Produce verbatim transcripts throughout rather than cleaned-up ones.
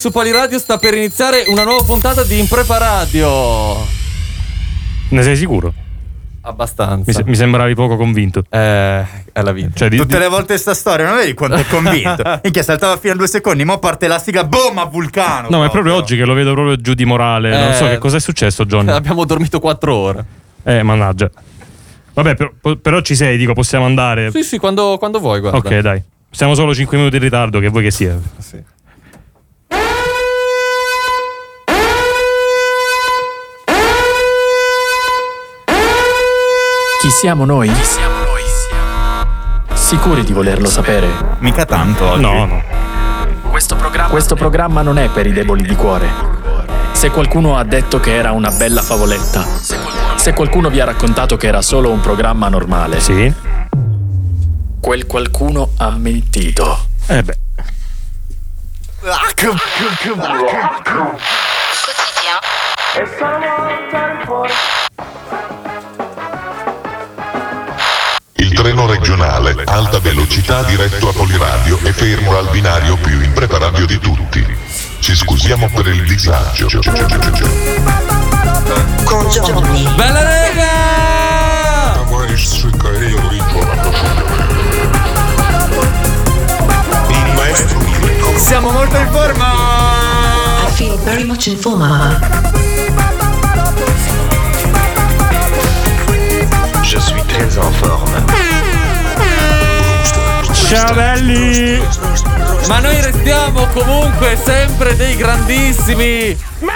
Su Poliradio sta per iniziare una nuova puntata di Impreparadio. Ne sei sicuro? Abbastanza. Mi, mi sembravi poco convinto. Eh, è la vita. Cioè, di, Tutte di... le volte sta storia, non vedi quanto è convinto? Minchia, saltava fino a due secondi, mo parte la sigla, boom, a Vulcano. No, ma è proprio oggi che lo vedo proprio giù di morale. Eh, non so che cosa è successo, Johnny. Abbiamo dormito quattro ore. Eh, mannaggia. Vabbè, però, però ci sei, dico, possiamo andare. Sì, sì, quando, quando vuoi, guarda. Ok, dai. Siamo solo cinque minuti in ritardo, che vuoi che sia. Sì. Chi siamo noi? Chi siamo noi? Sicuri di volerlo sapere? Mica tanto oggi. No, no. Questo programma, Questo programma non è per i deboli di cuore. Se qualcuno ha detto che era una bella favoletta, se qualcuno vi ha raccontato che era solo un programma normale, sì, quel qualcuno ha mentito. Eh beh. Il treno regionale alta velocità diretto a Poliradio è fermo al binario più impreparadio di tutti. Ci scusiamo per il disagio. Con Johnny. Bella rega! Il maestro Mirko. Siamo molto in forma. I feel very much in forma. Je suis très en forme. Ciao belli! Ma noi restiamo comunque sempre dei grandissimi.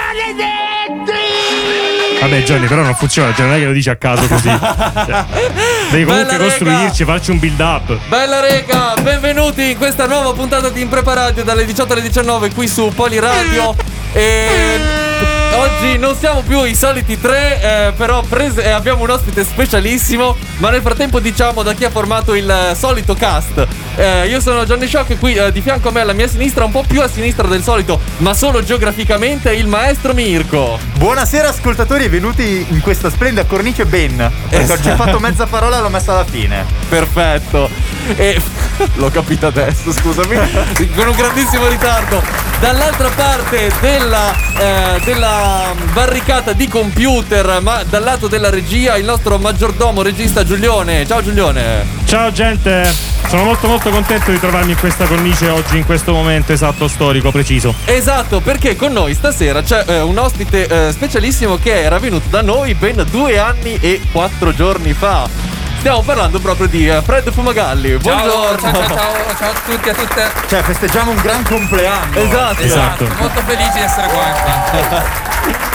Vabbè, Johnny, però non funziona, cioè non è che lo dici a caso così. Cioè, devi comunque Bella costruirci, rega. farci un build up. Bella rega, benvenuti in questa nuova puntata di Impreparadio dalle diciotto alle diciannove qui su Poliradio. E oggi non siamo più i soliti tre, eh, però prese, eh, abbiamo un ospite specialissimo. Ma nel frattempo diciamo da chi ha formato il eh, solito cast. eh, Io sono Johnny Shock e qui eh, di fianco a me alla mia sinistra, un po' più a sinistra del solito, ma solo geograficamente, il maestro Mirko. Buonasera ascoltatori, venuti in questa splendida cornice Ben. Perché Esatto. ho già fatto mezza parola e l'ho messa alla fine. Perfetto. E l'ho capito adesso, scusami, con un grandissimo ritardo. Dall'altra parte della, eh, della barricata di computer, ma dal lato della regia, il nostro maggiordomo regista Giulione. Ciao Giulione. Ciao gente, sono molto molto contento di trovarmi in questa cornice oggi, in questo momento esatto, storico, preciso. Esatto, perché con noi stasera c'è eh, un ospite eh, specialissimo che era venuto da noi ben due anni e quattro giorni fa. Stiamo parlando proprio di uh, Fred Fumagalli. Buongiorno. Ciao, ciao, ciao, ciao a tutti e a tutte. Cioè, festeggiamo un gran compleanno. Esatto. Esatto. Molto felice di essere qua, infatti.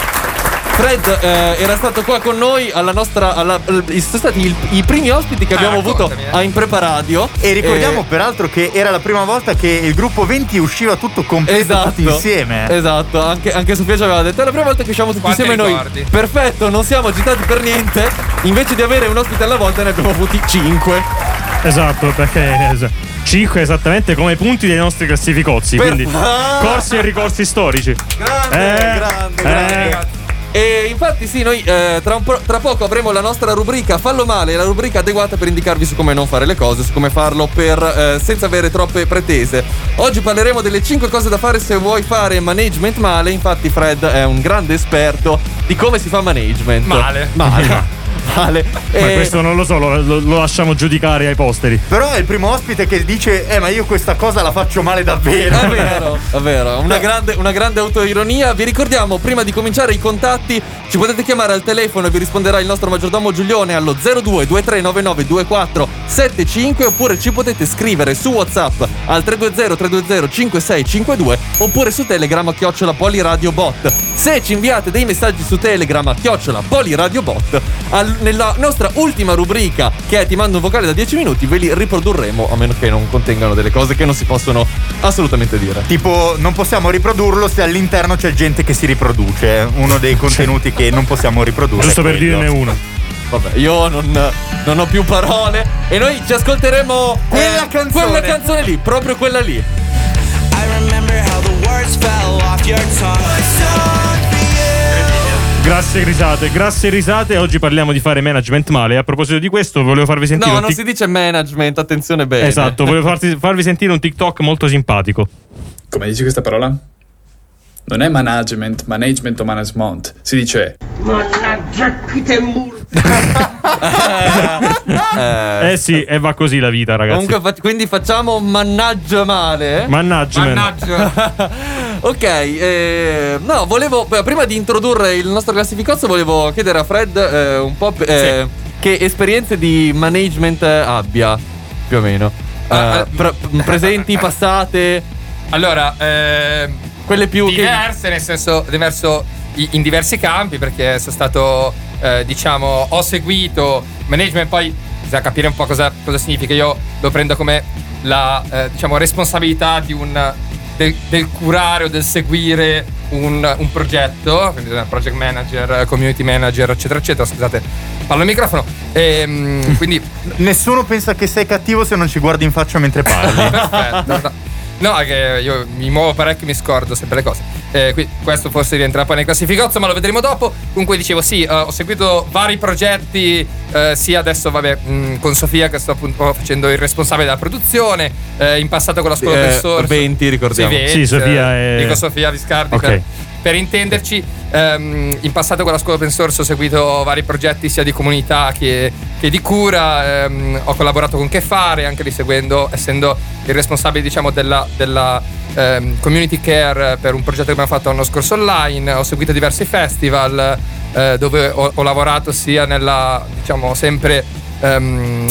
Fred eh, era stato qua con noi alla nostra alla, sono stati il, i primi ospiti che abbiamo Ah, avuto raccontami, eh. a Impreparadio. E ricordiamo Eh, peraltro che era la prima volta che il gruppo venti usciva tutto completo, Esatto, tutti insieme. Esatto, anche, anche Sofia ci aveva detto: è la prima volta che usciamo tutti Quanti insieme ricordi? noi. Perfetto, non siamo agitati per niente. Invece di avere un ospite alla volta ne abbiamo avuti cinque. Esatto, perché cinque esattamente come i punti dei nostri classificozzi. Per- Quindi Ah! corsi e ricorsi storici. Grande, Eh, grande, eh. grande. E infatti sì, noi eh, tra, un po', tra poco avremo la nostra rubrica Fallo Male, la rubrica adeguata per indicarvi su come non fare le cose, su come farlo per eh, senza avere troppe pretese. Oggi parleremo delle cinque cose da fare se vuoi fare management male. Infatti Fred è un grande esperto di come si fa management. Male. Male. Male. Ma E- questo non lo so, lo, lo- lo lasciamo giudicare ai posteri. Però è il primo ospite che dice: Eh, ma io questa cosa la faccio male davvero. È vero, è vero, una grande, una grande autoironia. Vi ricordiamo, prima di cominciare i contatti, ci potete chiamare al telefono e vi risponderà il nostro maggiordomo Giulione allo zero due due tre nove nove due quattro sette cinque, oppure ci potete scrivere su WhatsApp al tre due zero tre due zero cinque sei cinque due, oppure su Telegram a chiocciola Poliradiobot. Se ci inviate dei messaggi su Telegram a chiocciola Poliradiobot, al, nella nostra ultima rubrica, che è Ti mando un vocale da dieci minuti, ve li riprodurremo, a meno che non contengano delle cose che non si possono assolutamente dire. Tipo, non possiamo riprodurlo se all'interno c'è gente che si riproduce. Uno dei contenuti che non possiamo riprodurre. Giusto è per quello. dirne uno. Vabbè, io non, non ho più parole. E noi ci ascolteremo Quella eh, canzone. Quella canzone lì, proprio quella lì. I remember how the words fell off your tongue. Grazie risate, grazie risate. Oggi parliamo di fare management male. E a proposito di questo, volevo farvi sentire No, un non tic- si dice management, attenzione bene. Esatto, volevo farti- farvi sentire un TikTok molto simpatico. Come dici questa parola? non è management, management o management, si dice mannaggia chi te mur. eh, eh sì, e va così la vita, ragazzi. Comunque, fa- quindi facciamo mannaggia male. Management. Mannaggia. Ok, eh, no, volevo beh, prima di introdurre il nostro classificozzo volevo chiedere a Fred eh, un po' eh, sì. che esperienze di management abbia, più o meno. Ah, uh, pre- presenti, passate. Allora, eh, quelle più diverse, che... nel senso diverso in diversi campi, perché sono stato eh, diciamo ho seguito management, poi bisogna capire un po' cosa, cosa significa. Io lo prendo come la eh, diciamo responsabilità di un del, del curare o del seguire un, un progetto, quindi project manager, community manager, eccetera eccetera. Scusate, parlo al microfono. E, quindi nessuno pensa che sei cattivo se non ci guardi in faccia mentre parli. Perfetto. No, è che io mi muovo parecchio e mi scordo sempre le cose. Eh, qui, questo forse rientra poi nel classificozzo, ma lo vedremo dopo. Comunque dicevo, sì, uh, ho seguito vari progetti, uh, sia adesso, vabbè, mh, con Sofia che sto appunto facendo il responsabile della produzione, uh, in passato con la scuola eh, open source. venti, ricordiamo. Sì, venti, sì, Sofia eh, è... Dico Sofia Viscardi okay. per, per intenderci. Um, in passato con la scuola open source ho seguito vari progetti sia di comunità che, che di cura. Um, ho collaborato con Che Fare, anche lì seguendo, essendo il responsabile diciamo della, della um, community care per un progetto che abbiamo fatto l'anno scorso online. Ho seguito diversi festival uh, dove ho, ho lavorato sia nella diciamo sempre um,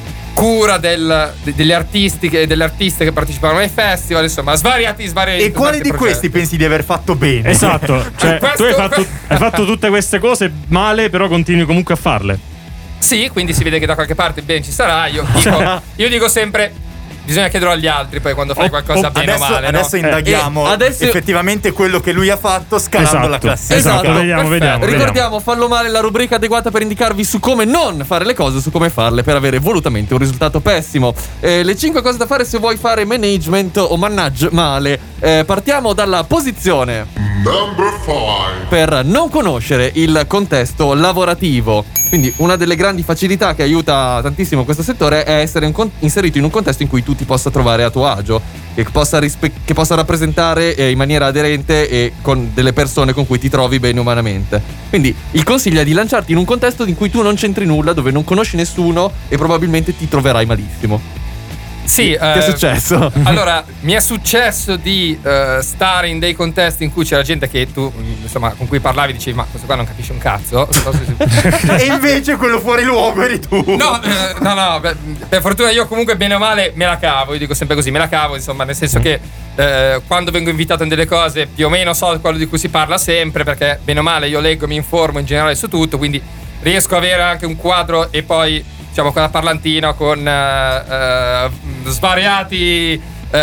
cura del, degli artisti e delle artiste che partecipavano ai festival, insomma svariati svariati. E quali di progetti. Questi pensi di aver fatto bene? Esatto, cioè questo, tu hai fatto, hai fatto tutte queste cose male, però continui comunque a farle. Sì, quindi si vede che da qualche parte bene ci sarà. Io dico, io dico sempre bisogna chiederlo agli altri poi quando fai qualcosa oh, bene adesso, o male. Adesso no? indaghiamo eh, adesso... effettivamente quello che lui ha fatto scalando esatto, la classifica. Esatto, vediamo, vediamo, Ricordiamo, fallo male, la rubrica adeguata per indicarvi su come non fare le cose, su come farle per avere volutamente un risultato pessimo. Eh, le cinque cose da fare se vuoi fare management o manage male. Eh, partiamo dalla posizione Number five. per non conoscere il contesto lavorativo. Quindi una delle grandi facilità che aiuta tantissimo questo settore è essere in con- inserito in un contesto in cui tu ti possa trovare a tuo agio, che possa, rispe- che possa rappresentare eh, in maniera aderente e con delle persone con cui ti trovi bene umanamente. Quindi il consiglio è di lanciarti in un contesto in cui tu non c'entri nulla, dove non conosci nessuno e probabilmente ti troverai malissimo. Sì, che eh, è successo? Allora, mi è successo di uh, stare in dei contesti in cui c'era gente che tu, insomma, con cui parlavi e dicevi, ma questo qua non capisce un cazzo. E invece quello fuori luogo eri tu. No, eh, no, no, per, per fortuna io comunque bene o male me la cavo, io dico sempre così, me la cavo, insomma, nel senso che eh, quando vengo invitato in delle cose più o meno so quello di cui si parla sempre, perché bene o male io leggo, mi informo in generale su tutto, quindi riesco a avere anche un quadro e poi diciamo con la parlantina, con uh, uh, svariati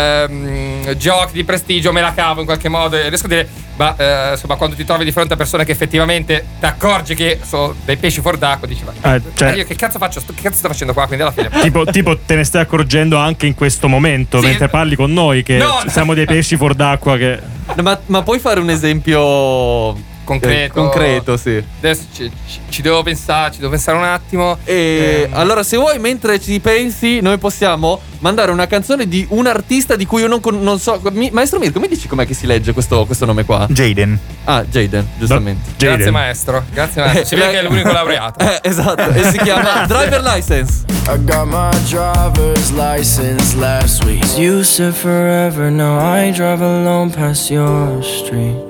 uh, giochi di prestigio me la cavo in qualche modo e riesco a dire, ma uh, insomma quando ti trovi di fronte a persone che effettivamente ti accorgi che sono dei pesci fuor d'acqua, dici ma eh, cioè, io che cazzo faccio, che cazzo sto facendo qua, quindi alla fine tipo, tipo te ne stai accorgendo anche in questo momento, sì, mentre parli con noi che no, siamo dei pesci fuor d'acqua che... no, ma, ma puoi fare un esempio concreto, eh, concreto, sì. Adesso ci, ci, ci devo pensare, ci devo pensare un attimo. E ehm. allora, se vuoi, mentre ci pensi, noi possiamo mandare una canzone di un artista di cui io non, con, non so. Mi, Maestro Mirko, mi dici com'è che si legge questo, questo nome qua? Jaden. Ah, Jaden, giustamente. No, Jaden. Grazie maestro, grazie maestro. Si vede che è l'unico laureato. Eh, esatto, e si chiama Driver License. I got my driver's license last week. You said forever, now I drive alone past your street.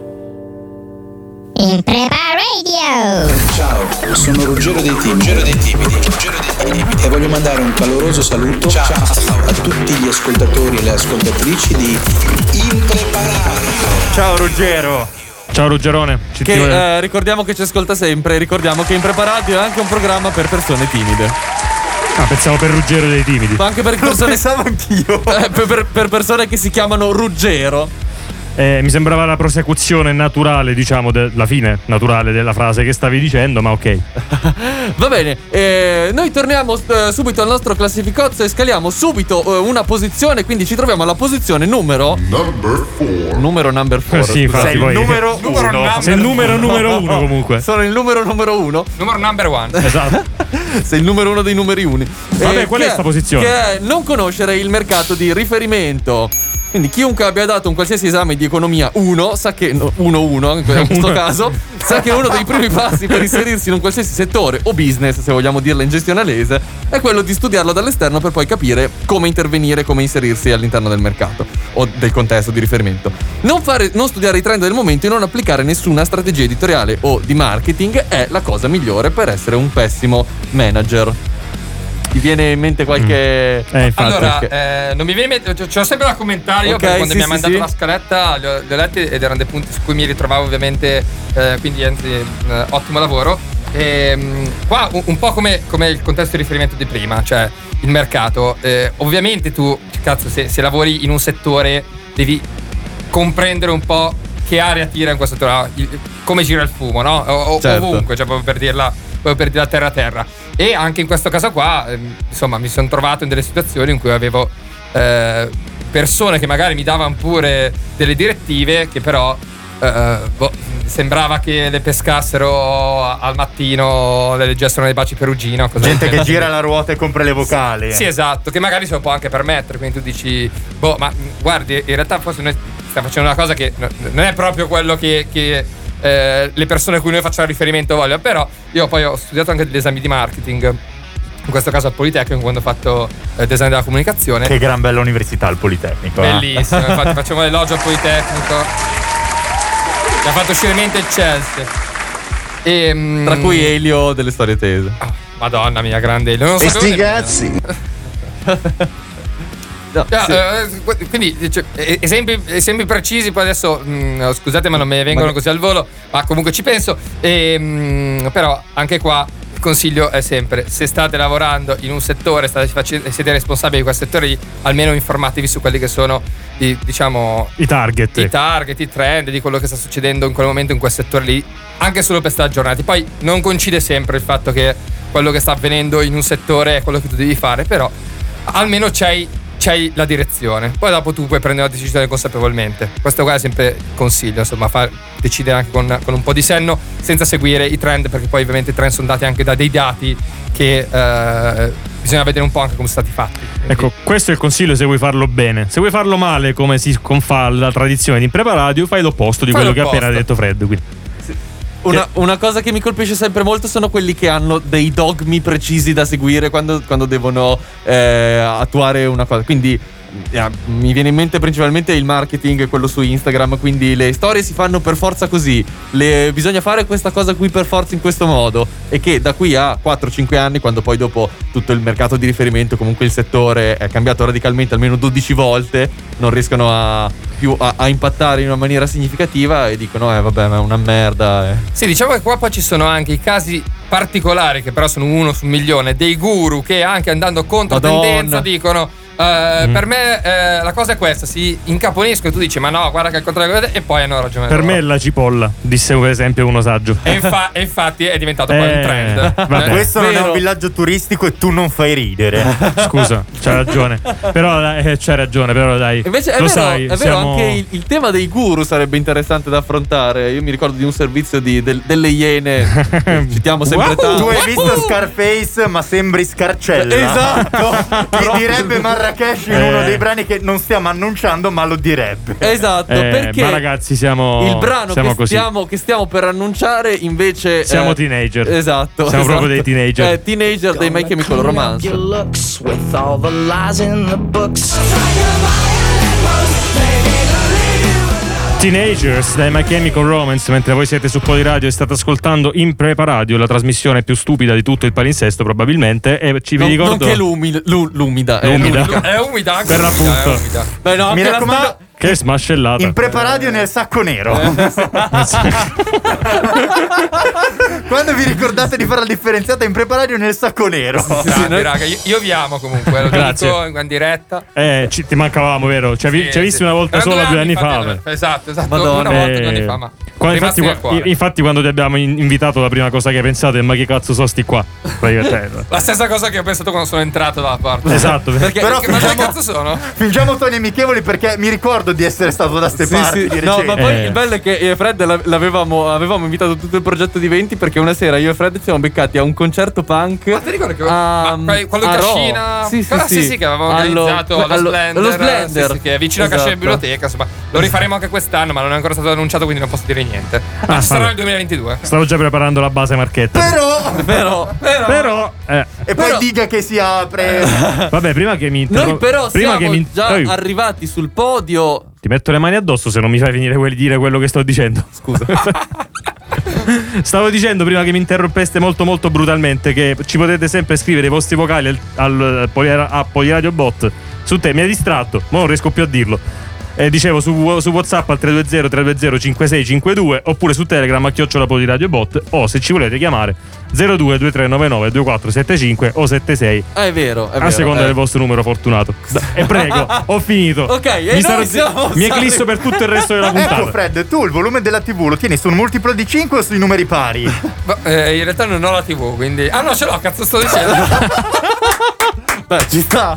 In Prepa Radio. Ciao, sono Ruggero dei Timidi, Ruggero dei Timidi, Ruggero dei Timidi e voglio mandare un caloroso saluto Ciao. a tutti gli ascoltatori e le ascoltatrici di Impreparato. Ciao Ruggero. Ciao Ruggerone. Che eh, ricordiamo che ci ascolta sempre, ricordiamo che Impreparato è anche un programma per persone timide. Ah, pensavo per Ruggero dei Timidi. Ma anche per persone. Lo pensavo anch'io. Eh, per, per persone che si chiamano Ruggero. Eh, mi sembrava la prosecuzione naturale, diciamo, della fine naturale della frase che stavi dicendo, ma ok. Va bene, eh, noi torniamo eh, subito al nostro classificozzo e scaliamo subito eh, una posizione, quindi ci troviamo alla posizione numero Number four. Numero number four. Sì, infatti, sei il poi, numero numero uno. number sei il numero numero uno comunque. Sono il numero numero uno. Numero number one. Esatto. Sei il numero uno dei numeri uni. Vabbè, eh, qual è che sta posizione? Che è non conoscere il mercato di riferimento. Quindi chiunque abbia dato un qualsiasi esame di economia uno sa che uno uno in questo caso sa che uno dei primi passi per inserirsi in un qualsiasi settore o business, se vogliamo dirla in gestionalese, è quello di studiarlo dall'esterno per poi capire come intervenire, come inserirsi all'interno del mercato o del contesto di riferimento. Non fare, non studiare i trend del momento e non applicare nessuna strategia editoriale o di marketing è la cosa migliore per essere un pessimo manager. Ti viene in mente qualche... Mm. Eh, allora, perché... eh, non mi viene in mente, c'ho sempre da commentare io, okay, perché quando sì, mi ha sì, mandato sì. la scaletta li ho, li ho letti ed erano dei punti su cui mi ritrovavo ovviamente, eh, quindi anzi, eh, ottimo lavoro. E, mh, qua un, un po' come, come il contesto di riferimento di prima, cioè il mercato. Eh, ovviamente tu, cazzo, se, se lavori in un settore devi comprendere un po' che aria tira in questo settore, il, come gira il fumo, no? O, certo. Ovunque, cioè proprio per dirla, proprio per dirla terra a terra. E anche in questo caso qua, ehm, insomma, mi sono trovato in delle situazioni in cui avevo eh, persone che magari mi davano pure delle direttive che però eh, boh, sembrava che le pescassero al mattino, le leggessero nei baci perugino. Gente che gira la ruota e compra le vocali. Sì, sì, esatto, che magari se lo può anche permettere. Quindi tu dici, boh, ma guardi, in realtà forse noi stiamo facendo una cosa che non è proprio quello che... che Eh, le persone a cui noi facciamo riferimento vogliono. Però io poi ho studiato anche degli esami di marketing, in questo caso al Politecnico, quando ho fatto eh, design della comunicazione. Che gran bella università il Politecnico. Bellissimo, eh? infatti facciamo l'elogio al Politecnico, mi ha fatto uscire mente il Chelsea. E, mm, tra cui Elio delle storie tese. Oh, Madonna mia, grande Elio. Non e sti cazzi. No, Yeah, sì. eh, quindi cioè, esempi, esempi precisi. Poi adesso mh, scusate ma non me ne vengono ma... così al volo, ma comunque ci penso. E, mh, però anche qua il consiglio è sempre: se state lavorando in un settore, state facendo, siete responsabili di quel settore lì, almeno informatevi su quelli che sono i, diciamo, i target i target, i trend di quello che sta succedendo in quel momento in quel settore lì, anche solo per stare aggiornati. Poi non coincide sempre il fatto che quello che sta avvenendo in un settore è quello che tu devi fare, però almeno c'hai c'hai la direzione, poi dopo tu puoi prendere la decisione consapevolmente. Questo qua è sempre il consiglio, insomma, far decidere anche con, con un po' di senno, senza seguire i trend, perché poi ovviamente i trend sono dati anche da dei dati che eh, bisogna vedere un po' anche come sono stati fatti. Quindi... Ecco, questo è il consiglio se vuoi farlo bene. Se vuoi farlo male, come si confà la tradizione di Impreparadio, fai l'opposto di fai quello l'opposto. che ha appena detto Fred. Quindi. Una, una cosa che mi colpisce sempre molto sono quelli che hanno dei dogmi precisi da seguire quando, quando devono eh, attuare una cosa. Quindi eh, mi viene in mente principalmente il marketing, quello su Instagram. Quindi le storie si fanno per forza così, le, bisogna fare questa cosa qui per forza in questo modo. E che da qui a quattro cinque anni, quando poi dopo tutto il mercato di riferimento, comunque il settore è cambiato radicalmente almeno dodici volte, non riescono a più a, a impattare in una maniera significativa e dicono eh vabbè, ma è una merda eh. Sì, diciamo che qua poi ci sono anche i casi particolari, che però sono uno su un milione, dei guru che anche andando contro Madonna. tendenza dicono Uh, mm. per me uh, la cosa è questa, si incaponiscono e tu dici ma no, guarda che è il contrario, e poi hanno ragione per loro. me è la cipolla, disse per esempio uno saggio, e, infa- e infatti è diventato eh, poi un trend. Vabbè. Questo Vero. non è un villaggio turistico e tu non fai ridere. Scusa, c'hai ragione, però eh, c'hai ragione, però dai, invece è lo vero, sai, è vero siamo... anche il, il tema dei guru sarebbe interessante da affrontare. Io mi ricordo di un servizio di, del, delle Iene, citiamo sempre tanto. Tu hai visto Scarface ma sembri Scarcella. Esatto. Ti direbbe Marrakesh in Eh. uno dei brani che non stiamo annunciando, ma lo direbbe. Esatto, Eh, perché ma ragazzi siamo il brano siamo che così. stiamo, che stiamo per annunciare invece Siamo eh, teenager. Esatto, Siamo esatto. proprio dei teenager. eh, Teenager dei My Chemical Romance. Your looks with all the lies in the books. Teenagers dai My Chemical Romance, mentre voi siete su Poliradio e state ascoltando Impreparadio, la trasmissione più stupida di tutto il palinsesto probabilmente, e ci vi Non, ricordo non che l'umida, l'u- l'umida, è L'umida. l'unica. È umida anche, Per umida, l'appunto. è umida. Beh, no, Mi anche la raccomando, sta- che smascellata. Impreparadio nel sacco nero. Quando vi ricordate di fare la differenziata, Impreparadio nel sacco nero. Grandi, noi- raga, io, io vi amo comunque, lo Grazie. dico in diretta. Eh, ci, ti mancavamo, vero? Ci hai vi- Sì, ci hai visti sì. una volta Erano sola due anni fa. fa. Esatto, esatto, Madonna. una volta Eh. due anni fa, ma Qua, infatti, qua, infatti quando ti abbiamo invitato la prima cosa che hai pensato è ma che cazzo so sti qua? La stessa cosa che ho pensato quando sono entrato dalla porta. Esatto. Perché, Però perché fingiamo, ma che cazzo sono? Fingiamo toni amichevoli perché mi ricordo di essere stato da ste sì, parti sì. di No, ma poi Eh. il bello è che Fred l'avevamo avevamo invitato tutto il progetto di venti perché una sera io e Fred ci siamo beccati a un concerto punk. Ma ti ricordi che a, ma, quello a in Ro. cascina? Sì, sì, ah, sì, sì. sì, che avevamo Allo- organizzato allo, allo- Splendor, allo Splendor. Sì, sì, che è vicino alla Esatto. Cascia di Biblioteca. Insomma, lo rifaremo anche quest'anno, ma non è ancora stato annunciato, quindi non posso dire niente. Ma Ah, ci sarà vabbè. nel duemilaventidue. Stavo già preparando la base marchetta. Però Però, però, Però eh. E poi Però- dica che si apre. Vabbè, prima che mi interrom- noi però prima siamo che mi già Ehi, arrivati sul podio. ti metto le mani addosso se non mi fai finire quel- dire quello che sto dicendo. Scusa. Stavo dicendo prima che mi interrompeste molto molto brutalmente che ci potete sempre scrivere i vostri vocali al, al, al a Poliradio Bot su te. Mi hai distratto, ma non riesco più a dirlo. Eh, dicevo su, su WhatsApp al tre due zero tre due zero cinque sei cinque due oppure su Telegram a chiocciola Poliradio Bot o se ci volete chiamare zero due due tre nove nove due quattro sette cinque o sette sei Ah, è vero, è a vero. seconda eh. del vostro numero fortunato. E prego, ho finito. Ok, e mi, noi sarò- siamo mi stati- eclisso per tutto il resto della puntata. Ecco Fred, tu il volume della tivù lo tieni su un multiplo di cinque o sui numeri pari? Ma, eh, in realtà non ho la tivù, quindi. Ah, no, ce l'ho, cazzo sto dicendo. Beh, ci sta.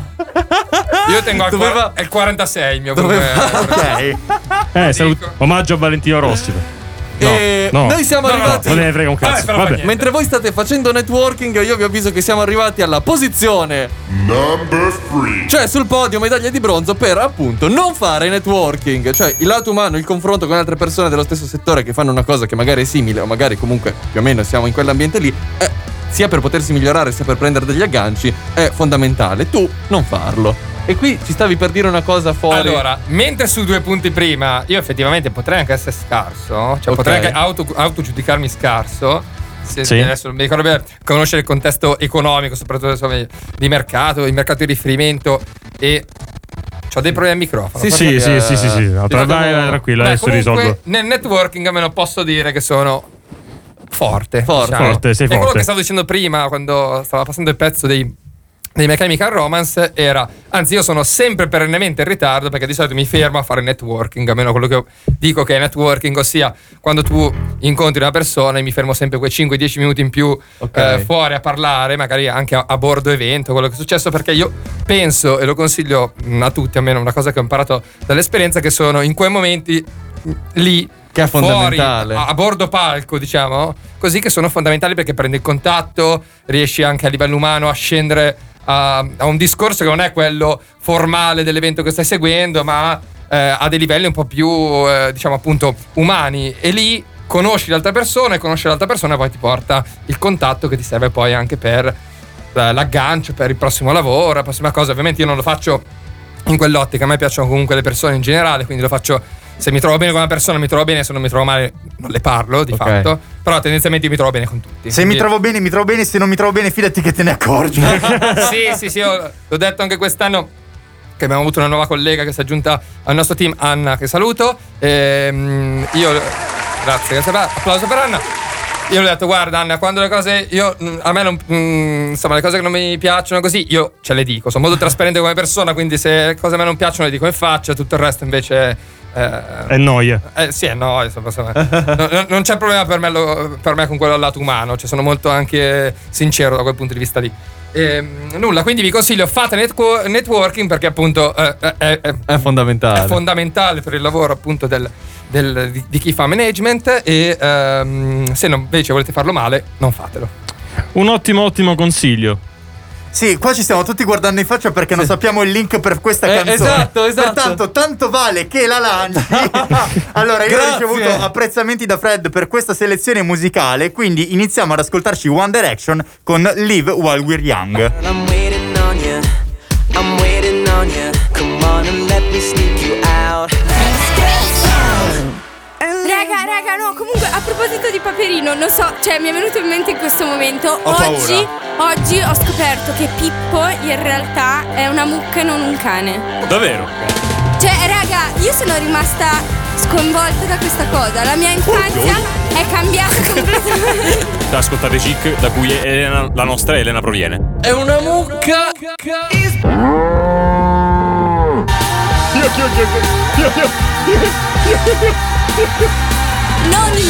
Io tengo al Doveva- qua- è il quarantasei il mio Doveva- volume. Ok. Eh, salut- omaggio a Valentino Rossi. No, E no. noi siamo No, no, arrivati. Non ne frega un Vabbè, cazzo. però fa Vabbè. niente. Mentre voi state facendo networking, io vi avviso che siamo arrivati alla posizione, Number three. cioè sul podio medaglia di bronzo per appunto non fare networking, cioè il lato umano, il confronto con altre persone dello stesso settore che fanno una cosa che magari è simile o magari comunque più o meno siamo in quell'ambiente lì, è, sia per potersi migliorare sia per prendere degli agganci, è fondamentale. Tu non farlo. E qui ci stavi per dire una cosa fuori. Allora, mentre su due punti prima io effettivamente potrei anche essere scarso, cioè Ok. potrei anche auto, autogiudicarmi scarso. Se Sì. Adesso non mi ricordo bene, conoscere il contesto economico, soprattutto insomma, di mercato, il mercato di riferimento e ho dei problemi al microfono. Sì, forse sì, che- sì, sì, sì, sì. No, tra- vai, vai, tranquillo, Beh, adesso comunque, risolvo. nel networking almeno posso dire che sono forte. Forte. diciamo. Forte, sei E quello forte. che stavo dicendo prima quando stava passando il pezzo dei dei My Chemical Romance era, anzi io sono sempre perennemente in ritardo perché di solito mi fermo a fare networking, almeno quello che io dico che è networking, ossia quando tu incontri una persona e mi fermo sempre quei cinque dieci minuti in più Ok. eh, fuori a parlare, magari anche a, a bordo evento, quello che è successo, perché io penso e lo consiglio mh, a tutti, almeno una cosa che ho imparato dall'esperienza, che sono in quei momenti mh, lì Che è fuori, fondamentale. a, a bordo palco, diciamo, così, che sono fondamentali perché prendi il contatto, riesci anche a livello umano a scendere a, a un discorso che non è quello formale dell'evento che stai seguendo, ma eh, a dei livelli un po' più eh, diciamo appunto umani, e lì conosci l'altra persona e conosci l'altra persona e poi ti porta il contatto che ti serve poi anche per eh, l'aggancio, per il prossimo lavoro, la prossima cosa. Ovviamente io non lo faccio in quell'ottica, a me piacciono comunque le persone in generale, quindi lo faccio. Se mi trovo bene con una persona mi trovo bene, se non mi trovo male non le parlo di Ok. fatto, però tendenzialmente mi trovo bene con tutti. Se mi Quindi- trovo bene, mi trovo bene. Se non mi trovo bene, fidati che te ne accorgi. sì, sì, sì, io l'ho detto anche quest'anno che abbiamo avuto una nuova collega che si è aggiunta al nostro team, Anna, che saluto. Ehm, io grazie, grazie, applauso per Anna. Io le ho detto, guarda Anna, quando le cose io mm, a me non mm, insomma le cose che non mi piacciono così, io ce le dico, sono molto trasparente come persona, quindi se le cose a me non piacciono le dico in faccia, tutto il resto invece eh, È noia. eh, sì, è no, insomma, insomma, no, no, non c'è problema per me, lo- per me con quello al lato umano, cioè sono molto anche sincero da quel punto di vista lì. E, nulla, quindi vi consiglio, fate netwo- networking perché appunto eh, è, è- È fondamentale. è fondamentale per il lavoro appunto del, del- di, di chi fa management, e ehm, se non, invece volete farlo male, non fatelo. Un ottimo, ottimo consiglio. Sì, qua ci stiamo tutti guardando in faccia perché non sappiamo il link per questa Eh, canzone. esatto, esatto. Pertanto, tanto vale che la lanci. Allora, io Grazie. ho ricevuto apprezzamenti da Fred per questa selezione musicale, quindi iniziamo ad ascoltarci One Direction con Live While We're Young. I'm waiting on you. I'm waiting on you. Come on and let me sneak you out. Raga, raga, no, comunque a proposito di Paperino, non so, cioè mi è venuto in mente in questo momento. Ho oggi, paura. oggi ho scoperto che Pippo in realtà è una mucca e non un cane. Davvero? Cioè, raga, io sono rimasta sconvolta da questa cosa. La mia infanzia è cambiata completamente. Ascoltate Chic, da cui Elena, la nostra Elena proviene. È una mucca. Non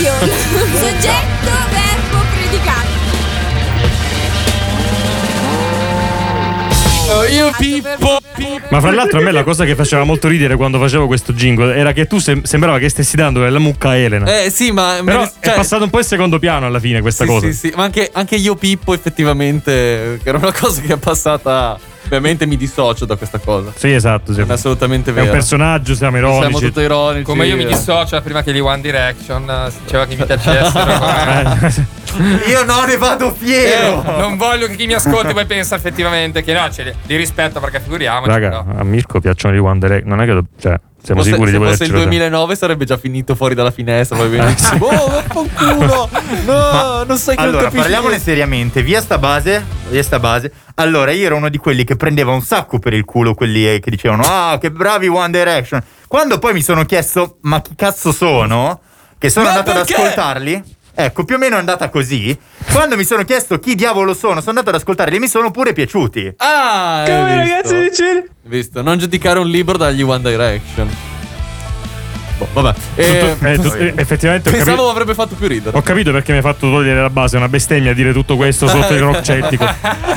Pippo. Ma fra l'altro a me la cosa che faceva molto ridere quando facevo questo jingle era che tu sem- sembrava che stessi dando della mucca a Elena. Eh sì, ma Però me ne- è passato un po' in secondo piano alla fine questa sì, cosa. Sì, sì, ma anche, anche io Pippo effettivamente, che era una cosa che è passata. Ovviamente mi dissocio da questa cosa. Sì, esatto, sì. Non è assolutamente È vero. un personaggio, siamo ironici. Siamo tutto ironici. Come io mi dissocio prima che gli One Direction eh, si diceva che mi piacessero. come- Io no, ne vado fiero. Eh, non voglio che chi mi ascolti poi pensa effettivamente che no, ce li, li rispetto perché figuriamoci. Raga, no. a Mirko piacciono i One Direction. Non è che do- cioè, siamo Se, sicuri se di fosse poterci il duemilanove sarebbe già finito fuori dalla finestra. Poi benissimo. Oh, vaffanculo. No, non sai che non Allora, capisci parliamone niente. seriamente. Via sta base, via sta base. Allora, io ero uno di quelli che prendeva un sacco per il culo quelli eh, che dicevano "Ah, che bravi One Direction". Quando poi mi sono chiesto "Ma chi cazzo sono?", che sono Ma andato perché? ad ascoltarli. Ecco, più o meno è andata così. Quando mi sono chiesto chi diavolo sono, sono andato ad ascoltarli e mi sono pure piaciuti. Ah, hai Come visto? ragazzi dice? Hai visto? Non giudicare un libro dagli One Direction. Boh, vabbè. Eh, Tutto- eh, tu- eh, effettivamente ho pensavo capito, avrebbe fatto più ridere. ho capito perché mi hai fatto togliere la base. È una bestemmia dire tutto questo sotto il rock cettico.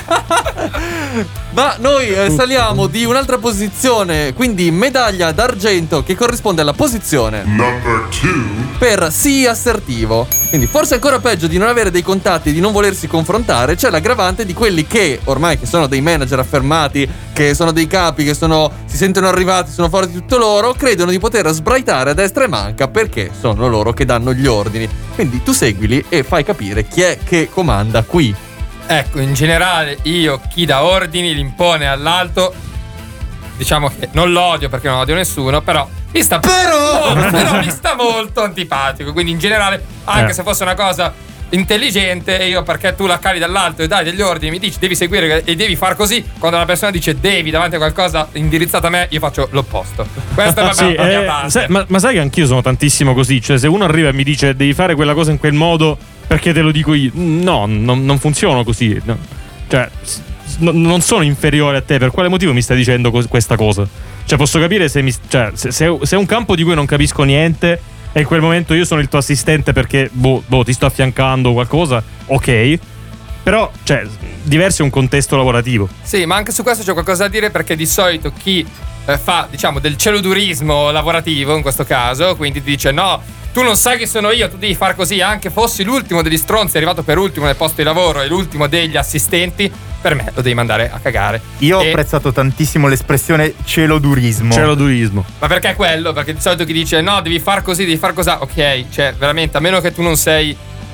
Ma noi eh, saliamo di un'altra posizione, quindi medaglia d'argento che corrisponde alla posizione Number two. per sì assertivo. Quindi forse ancora peggio di non avere dei contatti e di non volersi confrontare, c'è l'aggravante di quelli che ormai che sono dei manager affermati, che sono dei capi, che sono si sentono arrivati, sono forti di tutto loro, credono di poter sbraitare a destra e manca perché sono loro che danno gli ordini. Quindi tu seguili e fai capire chi è che comanda qui. Ecco, in generale io chi dà ordini li impone all'alto. Diciamo che non lo odio perché non odio nessuno, però mi sta Però! molto, però mi sta molto antipatico. Quindi in generale, anche Eh. se fosse una cosa intelligente, io perché tu la cavi dall'alto e dai degli ordini, mi dici devi seguire e devi far così. Quando una persona dice devi davanti a qualcosa indirizzato a me, io faccio l'opposto. Questa è proprio Sì, la mia eh, base. sai- ma, ma sai che anch'io sono tantissimo così. Cioè, se uno arriva e mi dice devi fare quella cosa in quel modo perché te lo dico io, no, non, non funziono così. No. Cioè, s- no- non sono inferiore a te. Per quale motivo mi stai dicendo cos- questa cosa? Cioè, posso capire se, mi, cioè, se, se, se è un campo di cui non capisco niente e in quel momento io sono il tuo assistente perché boh, boh, ti sto affiancando qualcosa, ok. Però, cioè, diverso è un contesto lavorativo. Sì, ma anche su questo c'è qualcosa da dire perché di solito chi eh, fa, diciamo, del celodurismo lavorativo in questo caso, quindi ti dice no, tu non sai chi sono io, tu devi far così, anche fossi l'ultimo degli stronzi arrivato per ultimo nel posto di lavoro e l'ultimo degli assistenti, per me lo devi mandare a cagare. Io ho E- apprezzato tantissimo l'espressione celodurismo. Celodurismo. Ma perché è quello? Perché di solito chi dice no, devi far così, devi far così, ok, cioè veramente, a meno che tu non sei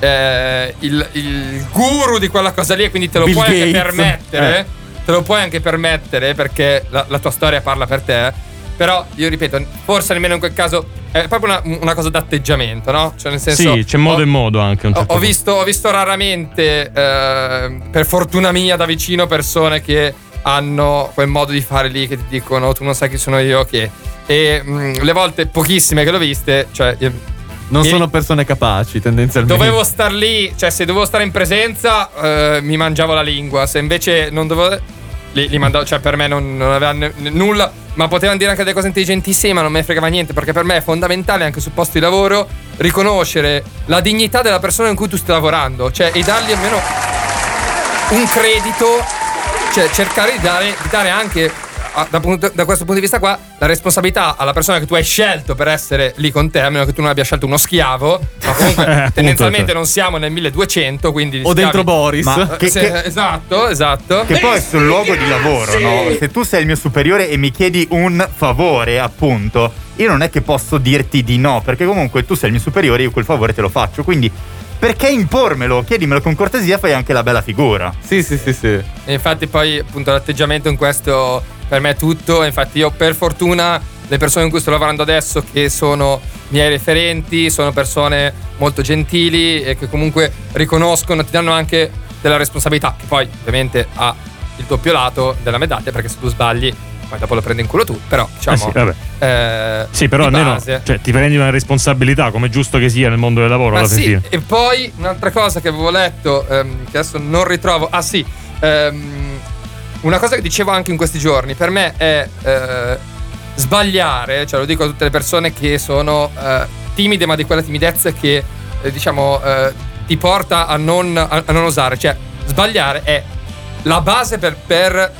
eh, il, il guru di quella cosa lì e quindi te lo Bill puoi anche Gates. permettere, Eh. te lo puoi anche permettere perché la, la tua storia parla per te. Però io ripeto, forse nemmeno in quel caso è proprio una, una cosa d'atteggiamento, no? Cioè nel senso, Sì, c'è modo ho- e modo anche. a un Ho, certo ho punto. visto, ho visto raramente, eh, per fortuna mia, da vicino persone che hanno quel modo di fare lì che ti dicono tu non sai chi sono io, che e mh, le volte pochissime che l'ho viste, cioè io- Non mi- sono persone capaci tendenzialmente. dovevo star lì, cioè se dovevo stare in presenza eh, mi mangiavo la lingua, se invece non dovevo li, li mandavo, cioè per me non, non aveva n- n- nulla, ma potevano dire anche delle cose intelligentissime, ma non me ne fregava niente, perché per me è fondamentale anche sul posto di lavoro riconoscere la dignità della persona in cui tu stai lavorando, cioè e dargli almeno un credito, cioè cercare di dare, di dare anche a- da, punto- da questo punto di vista qua la responsabilità alla persona che tu hai scelto per essere lì con te, a meno che tu non abbia scelto uno schiavo, ma comunque Eh, appunto, tendenzialmente cioè. non siamo nel milleduecento, quindi gli O dentro schiavi- Boris. Ma che, Se- che- esatto, esatto. che poi è sul luogo di lavoro, no? Se tu sei il mio superiore e mi chiedi un favore, appunto, io non è che posso dirti di no, perché comunque tu sei il mio superiore e io quel favore te lo faccio. Quindi perché impormelo? Chiedimelo con cortesia, fai anche la bella figura. Sì, sì, sì, sì. E infatti poi appunto l'atteggiamento in questo per me è tutto. Infatti io per fortuna le persone con cui sto lavorando adesso, che sono miei referenti, sono persone molto gentili e che comunque riconoscono, ti danno anche della responsabilità, che poi ovviamente ha il doppio lato della medaglia, perché se tu sbagli poi dopo lo prendi in culo tu, però diciamo Eh sì, vabbè. eh, Sì, però di almeno base. cioè, ti prendi una responsabilità, come è giusto che sia nel mondo del lavoro Ma alla sì, fine. e poi un'altra cosa che avevo letto, ehm, che adesso non ritrovo. Ah sì, ehm, una cosa che dicevo anche in questi giorni, per me è eh, sbagliare, cioè lo dico a tutte le persone che sono eh, timide, ma di quella timidezza che eh, diciamo eh, ti porta a non, a, a non osare. Cioè sbagliare è la base per, per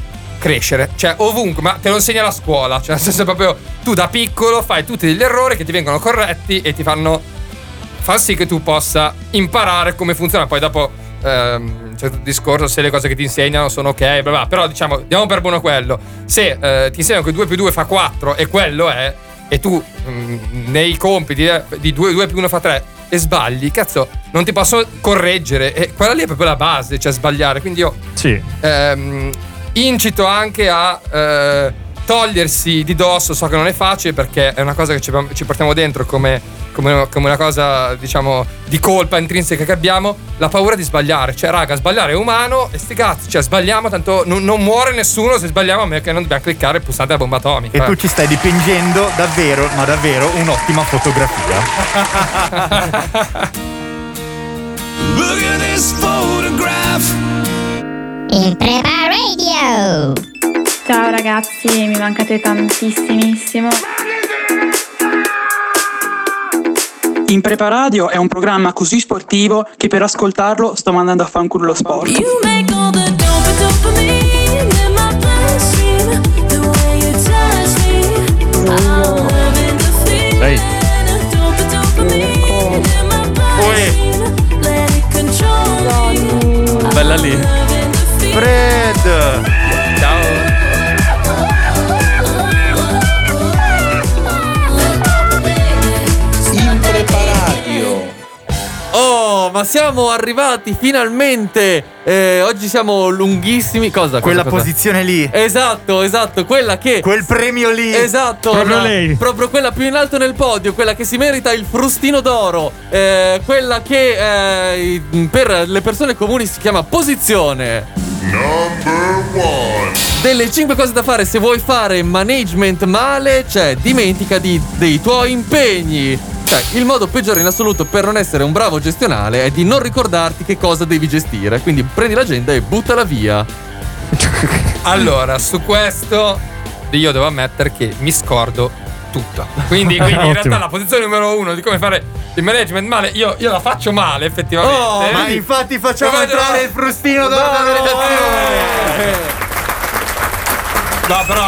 crescere, cioè ovunque, ma te lo insegna la scuola, cioè nel senso proprio tu da piccolo fai tutti degli errori che ti vengono corretti e ti fanno far sì che tu possa imparare come funziona. Poi dopo ehm, c'è il discorso se le cose che ti insegnano sono ok, bla bla, però diciamo diamo per buono quello. Se eh, ti insegnano che due più due fa quattro e quello è, e tu mh, nei compiti eh, di due più uno fa tre e sbagli, cazzo, non ti posso correggere, e quella lì è proprio la base, cioè sbagliare. Quindi io sì. ehm, incito anche a eh, togliersi di dosso, so che non è facile perché è una cosa che ci, ci portiamo dentro come, come, come una cosa, diciamo, di colpa intrinseca che abbiamo, la paura di sbagliare. Cioè raga, sbagliare è umano e sti cazzi, cioè sbagliamo, tanto non, non muore nessuno se sbagliamo, a meno che non dobbiamo cliccare il pulsante della bomba atomica. E tu ci stai dipingendo davvero, ma davvero un'ottima fotografia. Look at this photograph. Il Prepa Radio. Ciao ragazzi, mi mancate tantissimissimo. In Prepa Radio è un programma così sportivo che per ascoltarlo sto mandando a fanculo lo sport. Ehi. Bella lì. Fred. Ciao. Oh, ma siamo arrivati finalmente. Eh, oggi siamo lunghissimi. Cosa? Quella cosa, cosa? posizione lì. Esatto, esatto. Quella che. Quel premio lì. Esatto. Proprio la, lei. Proprio quella più in alto nel podio. Quella che si merita il frustino d'oro. Eh, quella che eh, per le persone comuni si chiama posizione. Number one. Delle cinque cose da fare se vuoi fare management male, cioè dimentica di, dei tuoi impegni. Cioè, il modo peggiore in assoluto per non essere un bravo gestionale è di non ricordarti che cosa devi gestire. Quindi prendi l'agenda e buttala via. Allora, su questo io devo ammettere che mi scordo tutto. Quindi, quindi in realtà la posizione numero uno di come fare il management male, io, io la faccio male effettivamente. Oh, ma Quindi, infatti facciamo come entrare devo- il frustino d'oro della redazione. No, però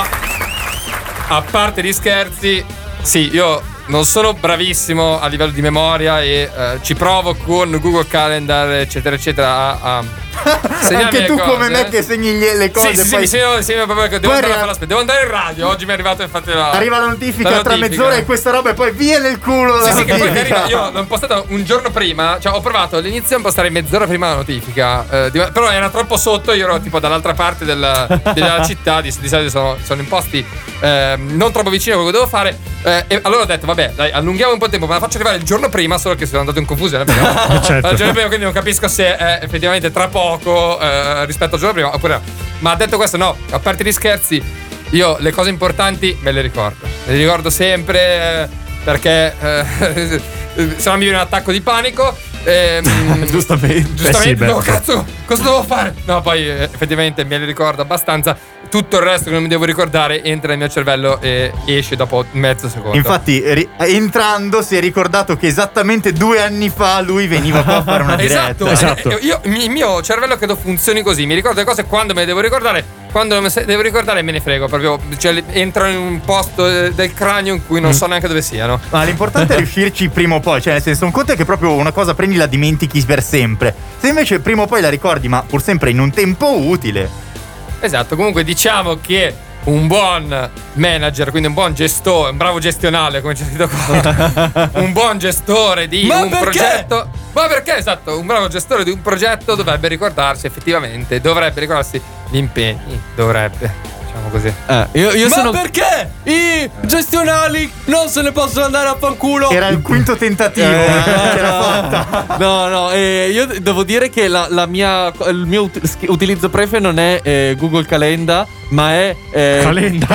a parte gli scherzi, sì, io non sono bravissimo a livello di memoria e eh, ci provo con Google Calendar, eccetera, eccetera, a, a segnarmi Anche le tu cose. come me che segni gli- le cose. Sì, sì, poi... sì, mi segno, segno proprio che devo Poi andare a arriva- fare la spesa. Devo andare in radio. Oggi mi è arrivato infatti la Arriva la notifica, la tra notifica. mezz'ora e questa roba e poi via nel culo la Sì, sì, che poi notifica. ti arriva. Io l'ho impostata un giorno prima. Cioè, ho provato all'inizio a impostare mezz'ora prima la notifica. eh, di- però era troppo sotto. Io ero tipo dall'altra parte del- della città. Di, di solito sono, sono imposti eh, non troppo vicino a quello che devo fare. eh, e allora ho detto, vabbè, dai, allunghiamo un po' il tempo, ma la faccio arrivare il giorno prima. Solo che sono andato in confusione. Perché, Certo. il giorno prima, quindi non capisco se è effettivamente tra poco eh, rispetto al giorno prima. Oppure no. Ma detto questo, no, a parte gli scherzi, io le cose importanti me le ricordo. Me le ricordo sempre eh, perché eh, se no mi viene un attacco di panico. Ehm, Giustamente. Giustamente, Eh sì, beh. no, cazzo, cosa devo fare? No, poi eh, effettivamente me le ricordo abbastanza. Tutto il resto che non mi devo ricordare entra nel mio cervello e esce dopo mezzo secondo. Infatti, ri- entrando si è ricordato che esattamente due anni fa lui veniva qua a fare una diretta. Esatto, Esatto. eh, io, il mio cervello credo funzioni così. Mi ricordo le cose quando me le devo ricordare. Quando non me le devo ricordare me ne frego. Proprio, cioè, entro in un posto eh, del cranio in cui non so neanche dove siano. Ma l'importante è riuscirci prima o poi. Cioè, nel senso, un conto è che proprio una cosa prendi e la dimentichi per sempre. Se invece prima o poi la ricordi, ma pur sempre in un tempo utile. Esatto, comunque diciamo che un buon manager, quindi un buon gestore, un bravo gestionale, come c'è scritto qua, un buon gestore di Ma un perché? progetto. Ma perché? Esatto, un bravo gestore di un progetto dovrebbe ricordarsi effettivamente, dovrebbe ricordarsi gli impegni, dovrebbe. Diciamo così. Eh, io, io Ma sono. perché? I gestionali non se ne possono andare a fanculo. Era il quinto tentativo. Eh, eh, no, ce l'ha no. fatta. No, no, eh, io devo dire che la, la mia, il mio ut- sch- utilizzo prefe non è eh, Google Calendar, ma è eh, Calenda.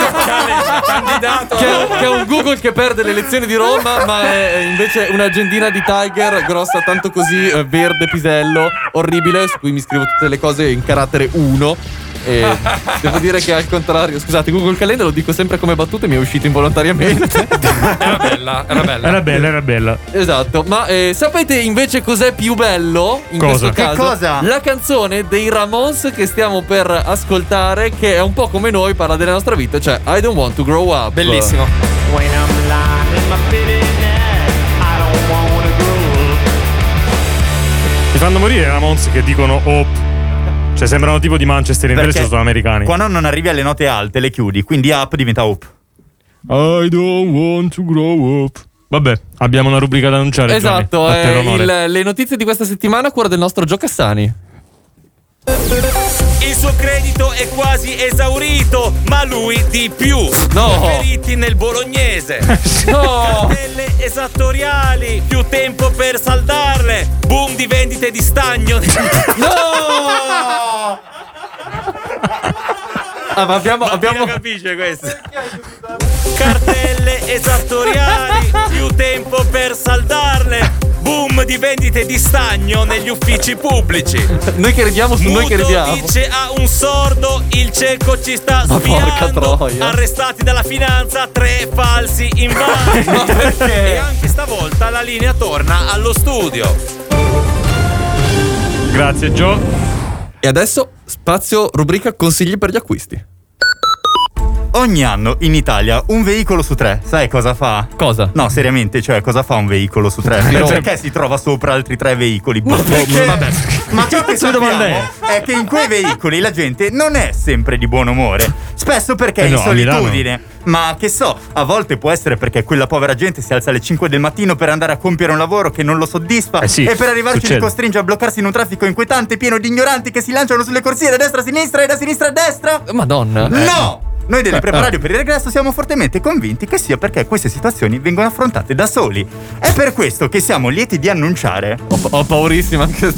Candidato. che, è, che è un Google che perde le elezioni di Roma, ma è eh, invece un'agendina di Tiger grossa tanto così, eh, verde pisello, orribile, su cui mi scrivo tutte le cose in carattere uno. E devo dire che al contrario, scusate, Google Calendar lo dico sempre come battuta e mi è uscito involontariamente. Era bella, era bella. Era bella, era bella. Esatto, ma eh, sapete invece cos'è più bello in Cosa? questo caso? Che cosa? La canzone dei Ramones che stiamo per ascoltare, che è un po' come noi, parla della nostra vita, cioè I don't want to grow up. Bellissimo. When I'm lying in my bitterness, I don't wanna grow up. Mi fanno morire i Ramones che dicono op. Cioè sembrano tipo di Manchester, invece Perché sono americani. Quando non arrivi alle note alte le chiudi, quindi up diventa up. I don't want to grow up. Vabbè, abbiamo una rubrica da annunciare. Esatto, Johnny. eh, Fate l'onore. il- le notizie di questa settimana a cuore del nostro Gio Cassani. Il suo credito è quasi esaurito, ma lui di più. No. Feriti nel bolognese. No. Cartelle esattoriali, più tempo per saldarle. Boom di vendite di stagno. No! Ah, ma abbiamo, Ma abbiamo... chi la capisce questo? Cartelle esattoriali, più tempo per saldarle. Boom di vendite di stagno negli uffici pubblici. Noi che ridiamo su noi che Muto ridiamo. dice a un sordo, il cieco ci sta Ma porca spiando. troia. Arrestati dalla finanza, tre falsi invasi. Ma perché? E anche stavolta la linea torna allo studio. Grazie Gio. E adesso spazio rubrica consigli per gli acquisti. Ogni anno in Italia un veicolo su tre, sai cosa fa? Cosa? No, seriamente, cioè cosa fa un veicolo su tre? No. Perché si trova sopra altri tre veicoli? Ma perché? Vabbè. Ma ciò che Che domanda sappiamo è che in quei veicoli la gente non è sempre di buon umore. Spesso perché è Eh in no, a Milano. solitudine. Ma che so, a volte può essere perché quella povera gente si alza alle cinque del mattino per andare a compiere un lavoro che non lo soddisfa Eh sì, e per arrivarci succede. li costringe a bloccarsi in un traffico inquietante pieno di ignoranti che si lanciano sulle corsie da destra a sinistra e da sinistra a destra. Madonna. No! Noi dell'Impreparadio per il regresso siamo fortemente convinti che sia perché queste situazioni vengono affrontate da soli. È per questo che siamo lieti di annunciare Ho, ho paurissima anche.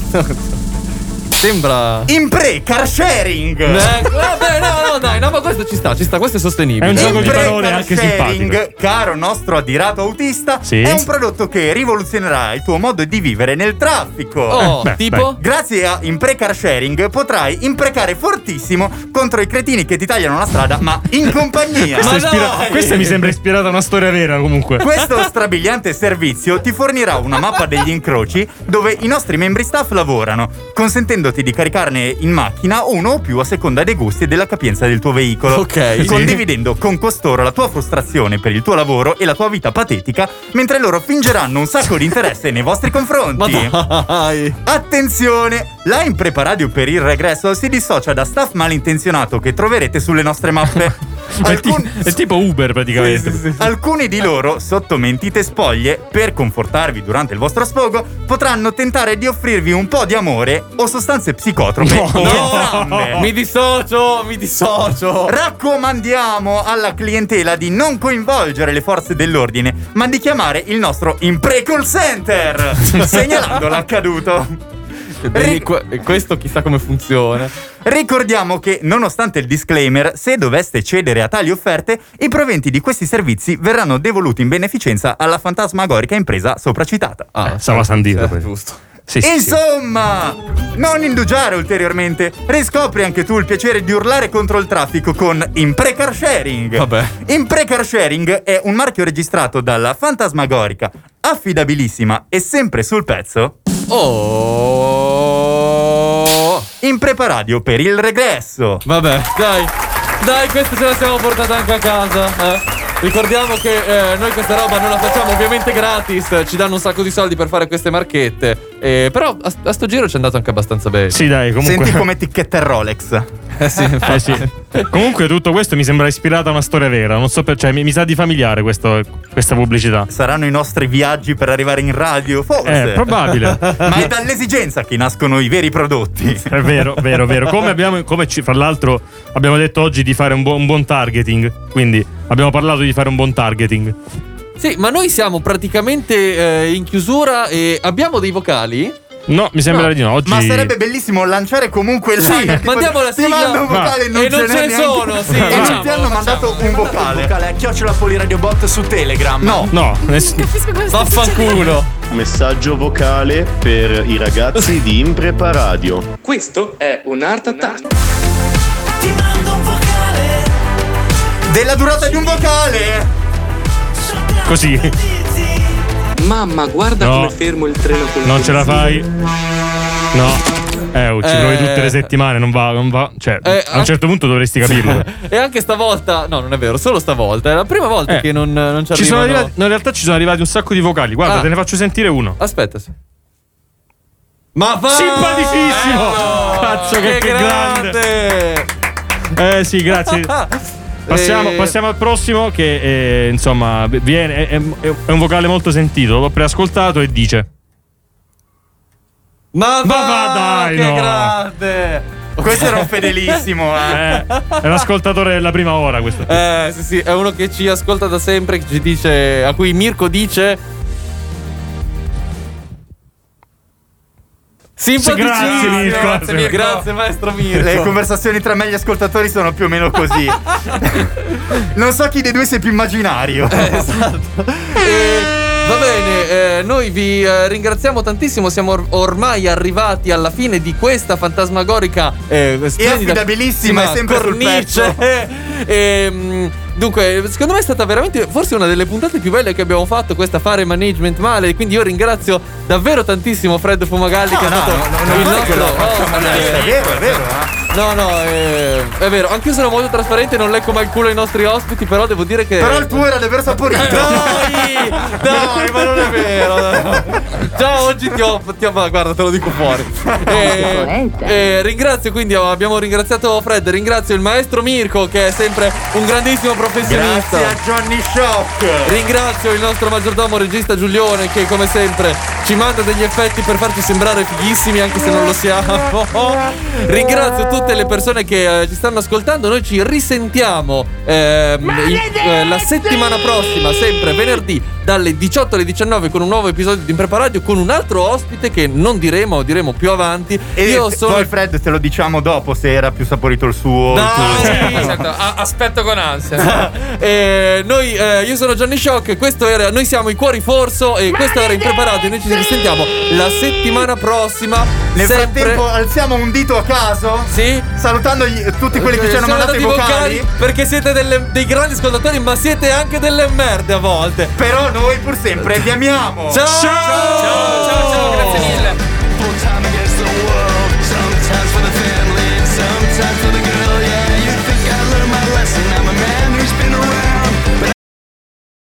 Sembra. Impre Car Sharing. Eh, vabbè, no, no, dai, no, ma questo ci sta, ci sta, questo è sostenibile. È un gioco di Impre parole Car anche Sharing, simpatico. caro nostro addirato autista, Sì. è un prodotto che rivoluzionerà il tuo modo di vivere nel traffico. Oh, Beh, tipo? Grazie a Impre Car Sharing potrai imprecare fortissimo contro i cretini che ti tagliano la strada, ma in compagnia. Questa, Ma è ispira- dai! questa mi sembra ispirata a una storia vera comunque. Questo strabiliante servizio ti fornirà una mappa degli incroci dove i nostri membri staff lavorano, consentendoti di caricarne in macchina uno o più a seconda dei gusti e della capienza del tuo veicolo. Ok. Condividendo con costoro la tua frustrazione per il tuo lavoro e la tua vita patetica, mentre loro fingeranno un sacco di interesse nei vostri confronti. Ma dai. Attenzione! La Impreparadio per il regresso si dissocia da staff malintenzionato che troverete sulle nostre mappe. È, ti- è tipo Uber praticamente. Alcuni di loro, sotto mentite spoglie, per confortarvi durante il vostro sfogo, potranno tentare di offrirvi un po' di amore o sostanze psicotrope. No, o no. entrambe. Mi dissocio, mi dissocio. Raccomandiamo alla clientela di non coinvolgere le forze dell'ordine, ma di chiamare il nostro Impre Call Center, segnalando l'accaduto. Vedi, que- questo chissà come funziona. Ricordiamo che, nonostante il disclaimer, se doveste cedere a tali offerte, i proventi di questi servizi verranno devoluti in beneficenza alla fantasmagorica impresa sopracitata. Ah, Stava Sandino. eh, giusto. Sì, sì, sì. Insomma, non indugiare ulteriormente. Riscopri anche tu il piacere di urlare contro il traffico con Impre Car Sharing. Vabbè. Impre Car Sharing è un marchio registrato dalla fantasmagorica, affidabilissima e sempre sul pezzo. Oh. Impreparadio per il regresso. Vabbè, dai. Dai, questa ce la siamo portata anche a casa, eh. Ricordiamo che eh, noi questa roba non la facciamo ovviamente gratis, ci danno un sacco di soldi per fare queste marchette, eh, però a, a sto giro ci è andato anche abbastanza bene. Sì, dai, comunque. Senti come ticchetta il Rolex. Eh sì, Eh sì. Comunque tutto questo mi sembra ispirata a una storia vera. Non so per, cioè mi, mi sa di familiare questo, questa pubblicità. Saranno i nostri viaggi per arrivare in radio? Forse. Eh, probabile. Ma è dall'esigenza che nascono i veri prodotti. È vero, vero, vero. Come abbiamo, come ci, fra l'altro, abbiamo detto oggi di fare un, bu- un buon targeting. Quindi abbiamo parlato di fare un buon targeting. Sì, ma noi siamo praticamente eh, in chiusura e abbiamo dei vocali. No, mi sembra No. di no. Oggi. Ma sarebbe bellissimo lanciare comunque il Sì, liner, tipo, mandiamo la ti sigla. mando un vocale, non E non ce ce n'è ne neanche- sono, sì. E non Facciamo, ti hanno mandato un vocale. vocale a chiocciola Poliradiobot su Telegram. No. No, ness- Capisco cosa sta Vaffanculo. Messaggio vocale per i ragazzi di Impreparadio. Questo è un Art Attack. Della durata di un vocale. Così. Mamma, guarda No. come fermo il treno con Non ce la fai. No. Eh, oh, ci Eh. provi tutte le settimane, non va, non va. Cioè, Eh, a un certo punto dovresti capirlo. E anche stavolta, no, non è vero, solo stavolta. È la prima volta Eh. che non, non ci Ci sono arrivano. arrivati, no, in realtà ci sono arrivati un sacco di vocali. Guarda, Ah. te ne faccio sentire uno. Aspetta, sì. Ma va! Simpaticissimo! Eh, Cazzo, che, che grande! Eh sì, grazie. Passiamo, Eh. passiamo al prossimo che eh, insomma viene, è, è- è un vocale molto sentito. L'ho preascoltato e dice: Ma va, Ma va, dai, che no. grande! Questo era un fedelissimo, eh. eh, È l'ascoltatore della prima ora questo. Eh, sì, sì, è uno che ci ascolta da sempre, che ci dice, a cui Mirko dice: simpaticissimo. Grazie, Mirko. Grazie, Mirko. Grazie, maestro Mirko. Le conversazioni tra me e gli ascoltatori sono più o meno così. Non so chi dei due sia più immaginario. Eh, esatto. E, va bene, eh, noi vi eh, ringraziamo tantissimo. Siamo or- ormai arrivati alla fine di questa fantasmagorica eh, splendida, affidabilissima, è sempre sul cornice. E, mh, dunque, secondo me è stata veramente forse una delle puntate più belle che abbiamo fatto, questa Fare Management Male. Quindi io ringrazio davvero tantissimo Fred Fumagalli, No, che è no, stato no, no, il non è che lo nostro facciamo ospite. male, è vero, è vero, eh. No, no, eh, è vero. Anche io sono molto trasparente, non lecco mai il culo ai nostri ospiti, però devo dire che. Però il tuo era davvero saporito. Dai, dai, ma non è vero. No. Già oggi ti ho, ti ho- ma guarda, te lo dico fuori. Eh, eh, ringrazio, quindi oh, abbiamo ringraziato Fred, ringrazio il maestro Mirko, che è sempre un grandissimo professionista. Grazie a Johnny Shock. Ringrazio il nostro maggiordomo regista Giulione, che come sempre ci manda degli effetti per farci sembrare fighissimi, anche se non lo siamo. Ringrazio tutte le persone che eh, ci stanno ascoltando. Noi ci risentiamo ehm, il- eh, la settimana prossima, sempre venerdì, dalle diciotto alle diciannove, con un nuovo episodio di Impreparadio, con un altro ospite che non diremo, diremo più avanti. E Io te- sono poi Fred te lo diciamo dopo se era più saporito il suo. il tuo. Sì, esatto. A- aspetto con ansia. Eh, noi, eh, io sono Johnny Shock, questo era, noi siamo i Cuori Forso e questo era Impreparato, e noi ci risentiamo la settimana prossima. Nel sempre... frattempo alziamo un dito a caso. Sì. Salutando gli- tutti quelli che ci hanno Siamo mandato i dati vocali. perché siete delle- dei grandi ascoltatori, ma siete anche delle merde a volte. Però noi pur sempre vi amiamo. Ciao! Ciao!